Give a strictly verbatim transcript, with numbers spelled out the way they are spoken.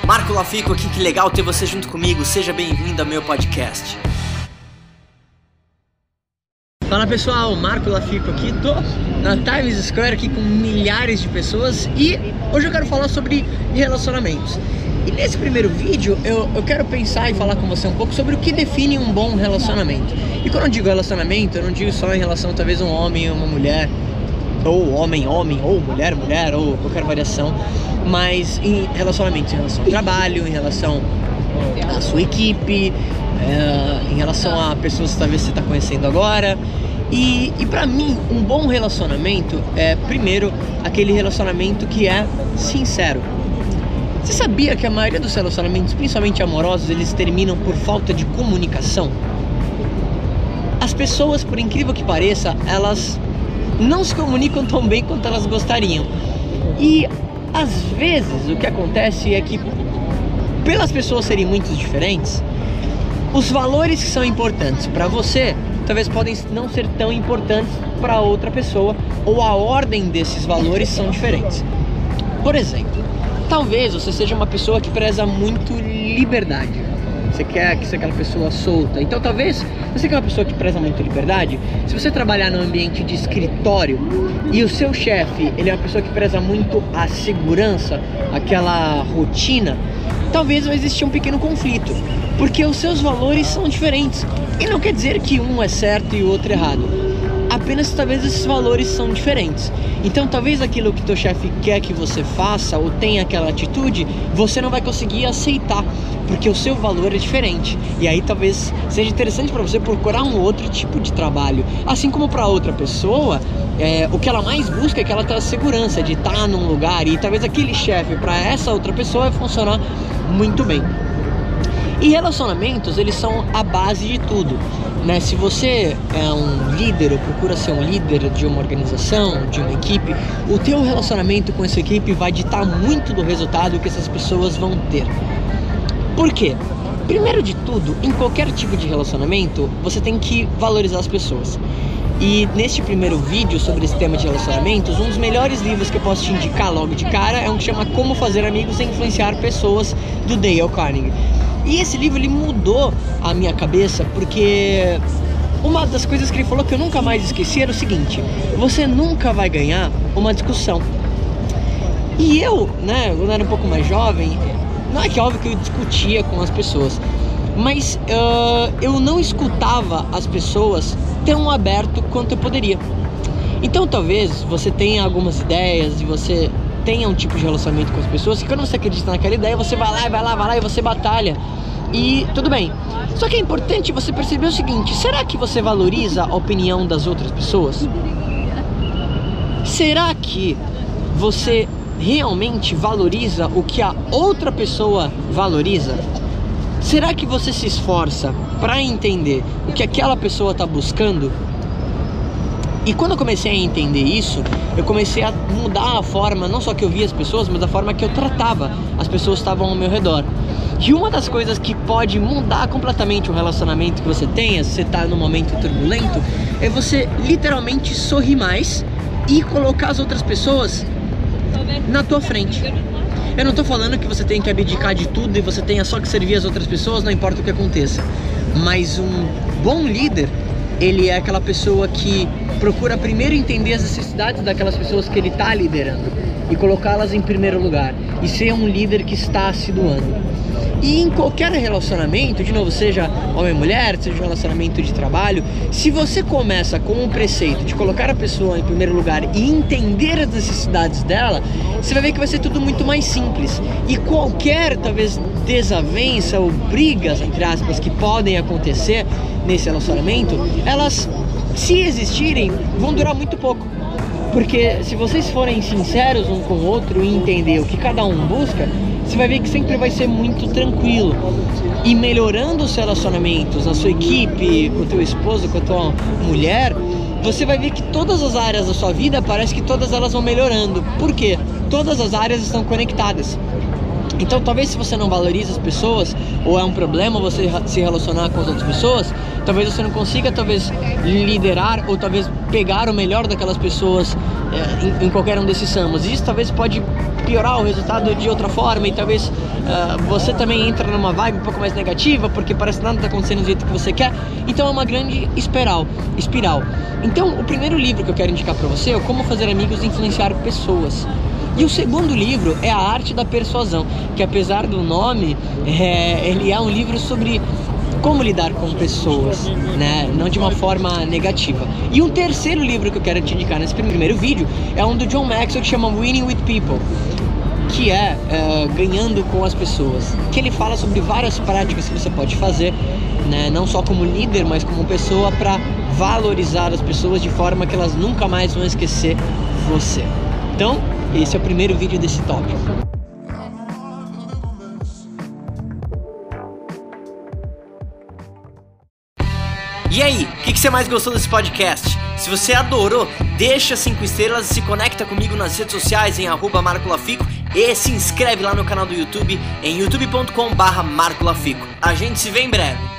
Marco Lafico aqui, que legal ter você junto comigo. Seja bem-vindo ao meu podcast. Fala pessoal, Marco Lafico aqui, tô na Times Square aqui com milhares de pessoas e hoje eu quero falar sobre relacionamentos. E nesse primeiro vídeo eu, eu quero pensar e falar com você um pouco sobre o que define um bom relacionamento. E quando eu digo relacionamento, eu não digo só em relação talvez a um homem e uma mulher, ou homem-homem, ou mulher-mulher, ou qualquer variação, mas em relacionamentos, em relação ao trabalho, em relação à sua equipe, é, em relação a pessoas que talvez você está conhecendo agora. E, e pra mim, um bom relacionamento é, primeiro, aquele relacionamento que é sincero. Você sabia que a maioria dos relacionamentos, principalmente amorosos, eles terminam por falta de comunicação? As pessoas, por incrível que pareça, elas não se comunicam tão bem quanto elas gostariam. E às vezes o que acontece é que, pelas pessoas serem muito diferentes, os valores que são importantes para você talvez podem não ser tão importantes para outra pessoa, ou a ordem desses valores são diferentes. Por exemplo, talvez você seja uma pessoa que preza muito liberdade. Você quer que seja aquela pessoa solta. Então talvez você que é uma pessoa que preza muito liberdade, se você trabalhar num ambiente de escritório e o seu chefe, ele é uma pessoa que preza muito a segurança, aquela rotina, talvez vai existir um pequeno conflito, porque os seus valores são diferentes. E não quer dizer que um é certo e o outro é errado, apenas talvez esses valores são diferentes. Então talvez aquilo que teu chefe quer que você faça ou tenha aquela atitude, você não vai conseguir aceitar, porque o seu valor é diferente. E aí talvez seja interessante para você procurar um outro tipo de trabalho. Assim como para outra pessoa, é, o que ela mais busca é que ela tenha segurança de estar num lugar, e talvez aquele chefe para essa outra pessoa vai funcionar muito bem. E relacionamentos, eles são a base de tudo, né? Se você é um líder ou procura ser um líder de uma organização, de uma equipe, o teu relacionamento com essa equipe vai ditar muito do resultado que essas pessoas vão ter. Por quê? Primeiro de tudo, em qualquer tipo de relacionamento, você tem que valorizar as pessoas. E neste primeiro vídeo sobre esse tema de relacionamentos, um dos melhores livros que eu posso te indicar logo de cara é um que chama Como Fazer Amigos e Influenciar Pessoas, do Dale Carnegie. E esse livro, ele mudou a minha cabeça, porque uma das coisas que ele falou que eu nunca mais esqueci era o seguinte: você nunca vai ganhar uma discussão. E eu, né, quando eu era um pouco mais jovem, não é que é óbvio que eu discutia com as pessoas, mas uh, eu não escutava as pessoas tão aberto quanto eu poderia. Então talvez você tenha algumas ideias e você tenha um tipo de relacionamento com as pessoas que, quando você acredita naquela ideia, você vai lá, vai lá, vai lá e você batalha. E tudo bem. Só que é importante você perceber o seguinte: será que você valoriza a opinião das outras pessoas? Será que você realmente valoriza o que a outra pessoa valoriza? Será que você se esforça para entender o que aquela pessoa está buscando? E quando eu comecei a entender isso, eu comecei a mudar a forma, não só que eu via as pessoas, mas a forma que eu tratava as pessoas que estavam ao meu redor. E uma das coisas que pode mudar completamente o relacionamento que você tenha, se você está num momento turbulento, é você literalmente sorrir mais e colocar as outras pessoas na tua frente. Eu não tô falando que você tem que abdicar de tudo e você tenha só que servir as outras pessoas, não importa o que aconteça. Mas um bom líder, ele é aquela pessoa que procura primeiro entender as necessidades daquelas pessoas que ele está liderando e colocá-las em primeiro lugar, e ser um líder que está se doando. E em qualquer relacionamento, de novo, seja homem e mulher, seja um relacionamento de trabalho, se você começa com um preceito de colocar a pessoa em primeiro lugar e entender as necessidades dela, você vai ver que vai ser tudo muito mais simples. E qualquer, talvez, desavença ou brigas, entre aspas, que podem acontecer nesse relacionamento, elas, se existirem, vão durar muito pouco. Porque se vocês forem sinceros um com o outro e entender o que cada um busca, você vai ver que sempre vai ser muito tranquilo. E melhorando os relacionamentos, a sua equipe, com o teu esposo, com a tua mulher, você vai ver que todas as áreas da sua vida, parece que todas elas vão melhorando. Por quê? Todas as áreas estão conectadas. Então talvez, se você não valoriza as pessoas, ou é um problema você se relacionar com as outras pessoas, talvez você não consiga talvez liderar ou talvez pegar o melhor daquelas pessoas é, em, em qualquer um desses ramos. Isso talvez pode piorar o resultado de outra forma e talvez uh, você também entra numa vibe um pouco mais negativa porque parece que nada está acontecendo do jeito que você quer. Então é uma grande espiral, espiral. Então o primeiro livro que eu quero indicar para você é Como Fazer Amigos e Influenciar Pessoas. E o segundo livro é A Arte da Persuasão, que apesar do nome, é, ele é um livro sobre como lidar com pessoas, né? Não de uma forma negativa. E um terceiro livro que eu quero te indicar nesse primeiro vídeo é um do John Maxwell que chama Winning with People, que é uh, ganhando com as pessoas, que ele fala sobre várias práticas que você pode fazer, né? Não só como líder, mas como pessoa, para valorizar as pessoas de forma que elas nunca mais vão esquecer você. Então, esse é o primeiro vídeo desse tópico. E aí, o que, que você mais gostou desse podcast? Se você adorou, deixa cinco estrelas e se conecta comigo nas redes sociais em arroba Marco Lafico e se inscreve lá no canal do YouTube em youtube ponto com barra Marco Lafico. A gente se vê em breve.